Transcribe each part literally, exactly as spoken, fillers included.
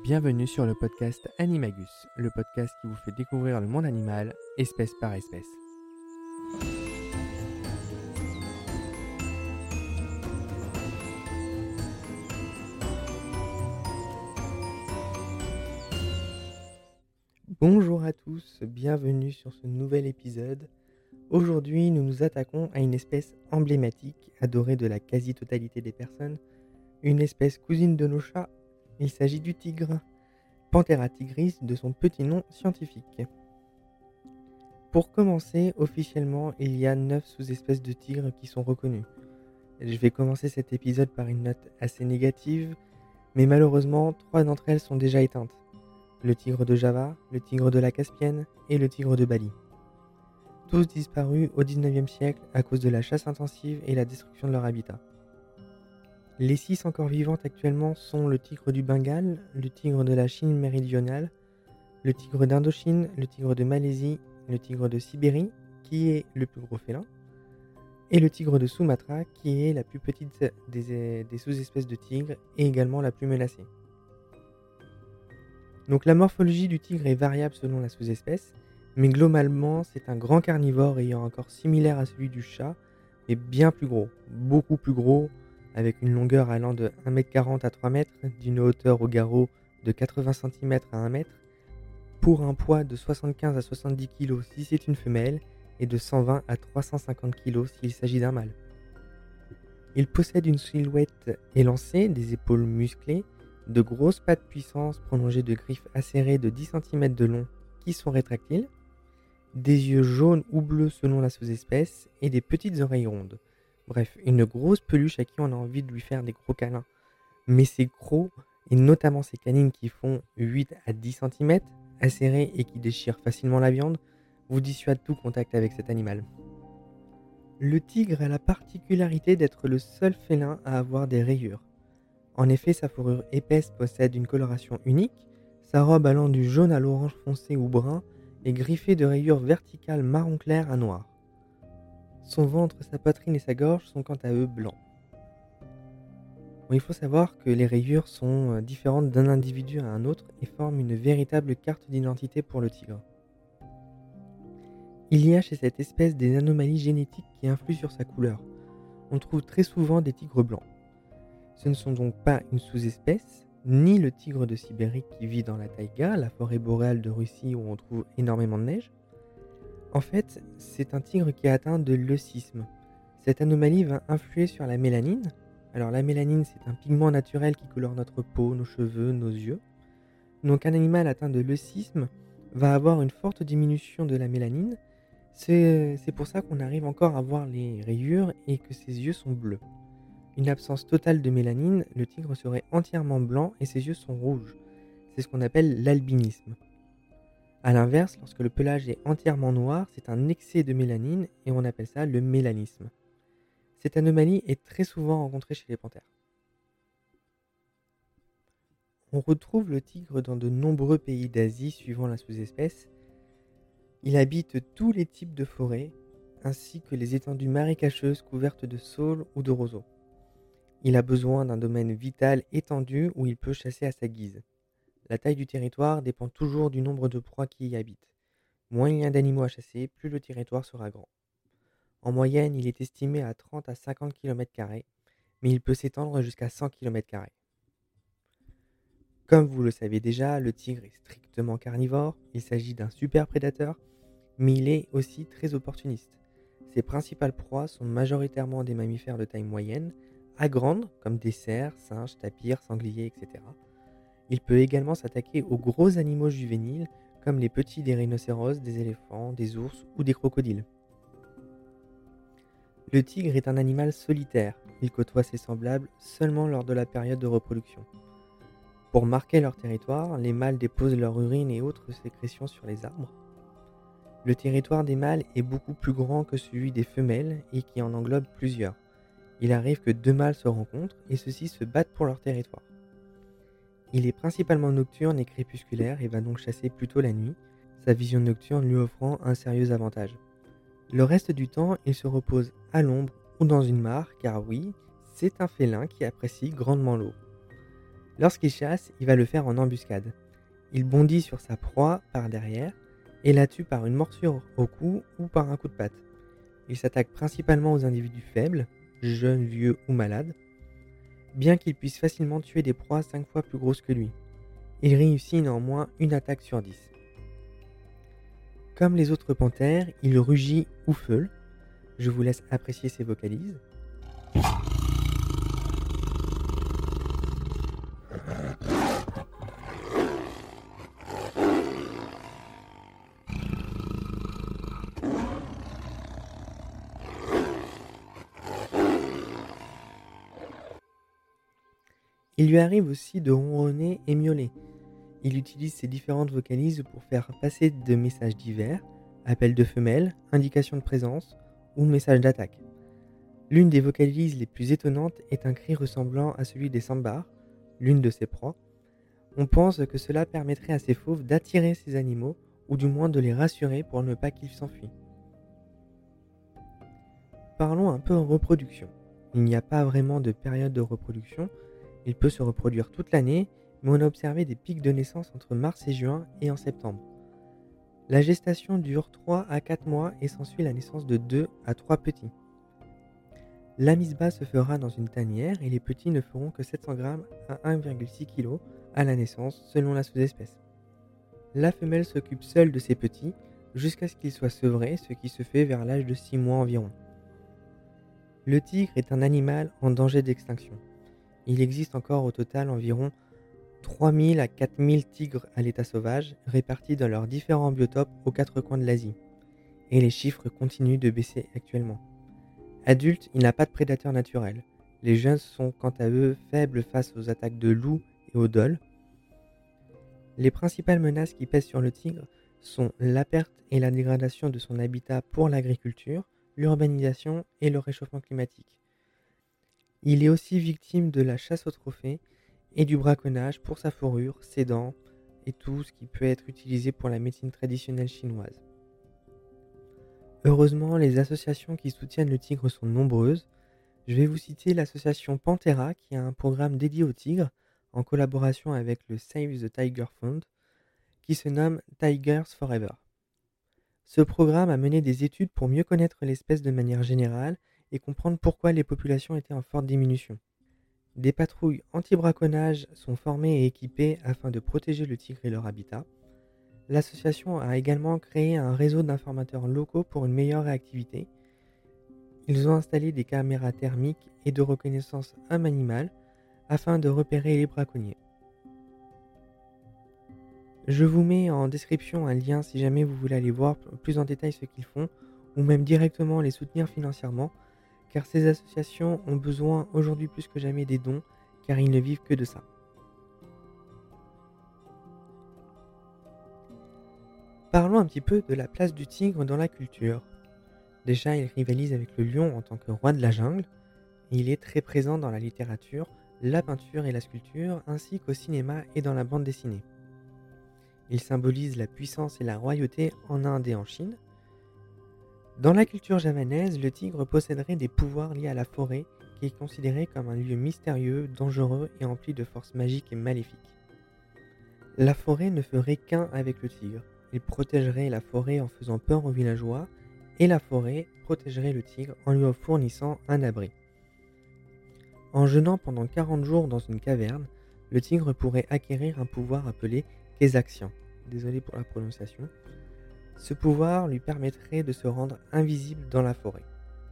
Bienvenue sur le podcast Animagus, le podcast qui vous fait découvrir le monde animal, espèce par espèce. Bonjour à tous, bienvenue sur ce nouvel épisode. Aujourd'hui, nous nous attaquons à une espèce emblématique, adorée de la quasi-totalité des personnes, une espèce cousine de nos chats. Il s'agit du tigre, Panthera tigris de son petit nom scientifique. Pour commencer, officiellement, il y a neuf sous-espèces de tigres qui sont reconnues. Je vais commencer cet épisode par une note assez négative, mais malheureusement, trois d'entre elles sont déjà éteintes. Le tigre de Java, le tigre de la Caspienne et le tigre de Bali. Tous disparus au dix-neuvième siècle à cause de la chasse intensive et la destruction de leur habitat. Les six encore vivantes actuellement sont le tigre du Bengale, le tigre de la Chine méridionale, le tigre d'Indochine, le tigre de Malaisie, le tigre de Sibérie, qui est le plus gros félin, et le tigre de Sumatra, qui est la plus petite des, des sous-espèces de tigre et également la plus menacée. Donc la morphologie du tigre est variable selon la sous-espèce, mais globalement c'est un grand carnivore ayant un corps similaire à celui du chat, mais bien plus gros, beaucoup plus gros, avec une longueur allant de un mètre quarante à trois mètres, d'une hauteur au garrot de quatre-vingts centimètres à un mètre, pour un poids de soixante-quinze à soixante-dix kilos si c'est une femelle, et de cent vingt à trois cent cinquante kilos s'il s'agit d'un mâle. Il possède une silhouette élancée, des épaules musclées, de grosses pattes puissantes prolongées de griffes acérées de dix centimètres de long qui sont rétractiles, des yeux jaunes ou bleus selon la sous-espèce, et des petites oreilles rondes. Bref, une grosse peluche à qui on a envie de lui faire des gros câlins. Mais ces crocs, et notamment ces canines qui font huit à dix centimètres, acérées et qui déchirent facilement la viande, vous dissuadent tout contact avec cet animal. Le tigre a la particularité d'être le seul félin à avoir des rayures. En effet, sa fourrure épaisse possède une coloration unique, sa robe allant du jaune à l'orange foncé ou brun est griffée de rayures verticales marron clair à noir. Son ventre, sa poitrine et sa gorge sont quant à eux blancs. Bon, il faut savoir que les rayures sont différentes d'un individu à un autre et forment une véritable carte d'identité pour le tigre. Il y a chez cette espèce des anomalies génétiques qui influent sur sa couleur. On trouve très souvent des tigres blancs. Ce ne sont donc pas une sous-espèce, ni le tigre de Sibérie qui vit dans la taïga, la forêt boréale de Russie où on trouve énormément de neige. En fait, c'est un tigre qui est atteint de leucisme. Cette anomalie va influer sur la mélanine. Alors la mélanine, c'est un pigment naturel qui colore notre peau, nos cheveux, nos yeux. Donc un animal atteint de leucisme va avoir une forte diminution de la mélanine. C'est, c'est pour ça qu'on arrive encore à voir les rayures et que ses yeux sont bleus. Une absence totale de mélanine, le tigre serait entièrement blanc et ses yeux sont rouges. C'est ce qu'on appelle l'albinisme. A l'inverse, lorsque le pelage est entièrement noir, c'est un excès de mélanine et on appelle ça le mélanisme. Cette anomalie est très souvent rencontrée chez les panthères. On retrouve le tigre dans de nombreux pays d'Asie suivant la sous-espèce. Il habite tous les types de forêts, ainsi que les étendues marécageuses couvertes de saules ou de roseaux. Il a besoin d'un domaine vital étendu où il peut chasser à sa guise. La taille du territoire dépend toujours du nombre de proies qui y habitent. Moins il y a d'animaux à chasser, plus le territoire sera grand. En moyenne, il est estimé à trente à cinquante kilomètres carrés, mais il peut s'étendre jusqu'à cent kilomètres carrés. Comme vous le savez déjà, le tigre est strictement carnivore, il s'agit d'un super prédateur, mais il est aussi très opportuniste. Ses principales proies sont majoritairement des mammifères de taille moyenne, à grande, comme des cerfs, singes, tapirs, sangliers, et cetera. Il peut également s'attaquer aux gros animaux juvéniles, comme les petits des rhinocéros, des éléphants, des ours ou des crocodiles. Le tigre est un animal solitaire. Il côtoie ses semblables seulement lors de la période de reproduction. Pour marquer leur territoire, les mâles déposent leur urine et autres sécrétions sur les arbres. Le territoire des mâles est beaucoup plus grand que celui des femelles et qui en englobe plusieurs. Il arrive que deux mâles se rencontrent et ceux-ci se battent pour leur territoire. Il est principalement nocturne et crépusculaire et va donc chasser plutôt la nuit, sa vision nocturne lui offrant un sérieux avantage. Le reste du temps, il se repose à l'ombre ou dans une mare, car oui, c'est un félin qui apprécie grandement l'eau. Lorsqu'il chasse, il va le faire en embuscade. Il bondit sur sa proie par derrière et la tue par une morsure au cou ou par un coup de patte. Il s'attaque principalement aux individus faibles, jeunes, vieux ou malades, bien qu'il puisse facilement tuer des proies cinq fois plus grosses que lui. Il réussit néanmoins une attaque sur dix. Comme les autres panthères, il rugit ou feule. Je vous laisse apprécier ses vocalises. Il lui arrive aussi de ronronner et miauler. Il utilise ces différentes vocalises pour faire passer des messages divers, appels de femelles, indications de présence ou messages d'attaque. L'une des vocalises les plus étonnantes est un cri ressemblant à celui des sambars, l'une de ses proies. On pense que cela permettrait à ces fauves d'attirer ces animaux ou du moins de les rassurer pour ne pas qu'ils s'enfuient. Parlons un peu en reproduction. Il n'y a pas vraiment de période de reproduction. Il peut se reproduire toute l'année, mais on a observé des pics de naissance entre mars et juin et en septembre. La gestation dure trois à quatre mois et s'ensuit la naissance de deux à trois petits. La mise bas se fera dans une tanière et les petits ne feront que sept cents grammes à un virgule six kilos à la naissance selon la sous-espèce. La femelle s'occupe seule de ses petits jusqu'à ce qu'ils soient sevrés, ce qui se fait vers l'âge de six mois environ. Le tigre est un animal en danger d'extinction. Il existe encore au total environ trois mille à quatre mille tigres à l'état sauvage, répartis dans leurs différents biotopes aux quatre coins de l'Asie. Et les chiffres continuent de baisser actuellement. Adulte, il n'a pas de prédateur naturel. Les jeunes sont quant à eux faibles face aux attaques de loups et aux dholes. Les principales menaces qui pèsent sur le tigre sont la perte et la dégradation de son habitat pour l'agriculture, l'urbanisation et le réchauffement climatique. Il est aussi victime de la chasse aux trophées et du braconnage pour sa fourrure, ses dents et tout ce qui peut être utilisé pour la médecine traditionnelle chinoise. Heureusement, les associations qui soutiennent le tigre sont nombreuses. Je vais vous citer l'association Panthera qui a un programme dédié au tigre en collaboration avec le Save the Tiger Fund qui se nomme Tigers Forever. Ce programme a mené des études pour mieux connaître l'espèce de manière générale et comprendre pourquoi les populations étaient en forte diminution. Des patrouilles anti-braconnage sont formées et équipées afin de protéger le tigre et leur habitat. L'association a également créé un réseau d'informateurs locaux pour une meilleure réactivité. Ils ont installé des caméras thermiques et de reconnaissance homme-animal afin de repérer les braconniers. Je vous mets en description un lien si jamais vous voulez aller voir plus en détail ce qu'ils font ou même directement les soutenir financièrement, car ces associations ont besoin aujourd'hui plus que jamais des dons, car ils ne vivent que de ça. Parlons un petit peu de la place du tigre dans la culture. Déjà, il rivalise avec le lion en tant que roi de la jungle, et il est très présent dans la littérature, la peinture et la sculpture, ainsi qu'au cinéma et dans la bande dessinée. Il symbolise la puissance et la royauté en Inde et en Chine. Dans la culture javanaise, le tigre posséderait des pouvoirs liés à la forêt, qui est considéré comme un lieu mystérieux, dangereux et empli de forces magiques et maléfiques. La forêt ne ferait qu'un avec le tigre. Il protégerait la forêt en faisant peur aux villageois, et la forêt protégerait le tigre en lui fournissant un abri. En jeûnant pendant quarante jours dans une caverne, le tigre pourrait acquérir un pouvoir appelé Kesaxian. Désolé pour la prononciation. Ce pouvoir lui permettrait de se rendre invisible dans la forêt.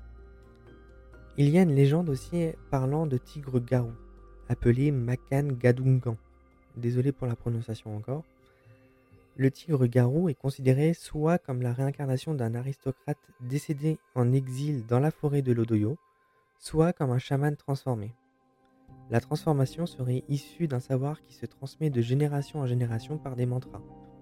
Il y a une légende aussi parlant de tigre-garou, appelé Makan Gadungan. Désolé pour la prononciation encore. Le tigre-garou est considéré soit comme la réincarnation d'un aristocrate décédé en exil dans la forêt de Lodoyo, soit comme un chaman transformé. La transformation serait issue d'un savoir qui se transmet de génération en génération par des mantras.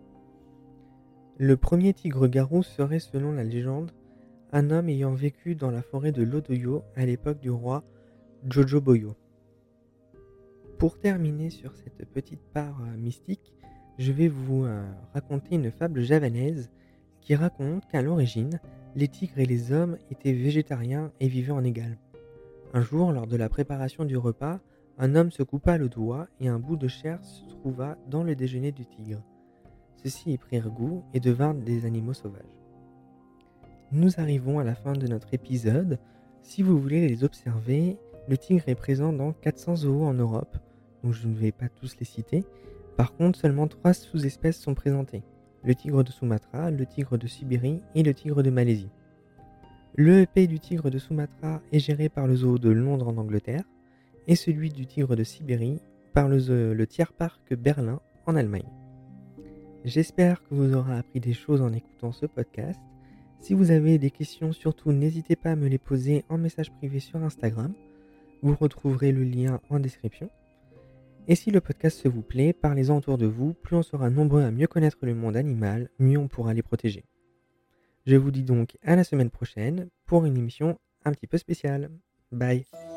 Le premier tigre-garou serait, selon la légende, un homme ayant vécu dans la forêt de Lodoyo à l'époque du roi Jojoboyo. Pour terminer sur cette petite part euh, mystique, je vais vous euh, raconter une fable javanaise qui raconte qu'à l'origine, les tigres et les hommes étaient végétariens et vivaient en égal. Un jour, lors de la préparation du repas, un homme se coupa le doigt et un bout de chair se trouva dans le déjeuner du tigre. Ceux-ci y prirent goût et devinrent des animaux sauvages. Nous arrivons à la fin de notre épisode. Si vous voulez les observer, le tigre est présent dans quatre cents zoos en Europe, donc je ne vais pas tous les citer. Par contre, seulement trois sous-espèces sont présentées. Le tigre de Sumatra, le tigre de Sibérie et le tigre de Malaisie. Le E P du tigre de Sumatra est géré par le zoo de Londres en Angleterre et celui du tigre de Sibérie par le, zoo, le Tier Park Berlin en Allemagne. J'espère que vous aurez appris des choses en écoutant ce podcast. Si vous avez des questions, surtout n'hésitez pas à me les poser en message privé sur Instagram. Vous retrouverez le lien en description. Et si le podcast vous plaît, parlez-en autour de vous. Plus on sera nombreux à mieux connaître le monde animal, mieux on pourra les protéger. Je vous dis donc à la semaine prochaine pour une émission un petit peu spéciale. Bye!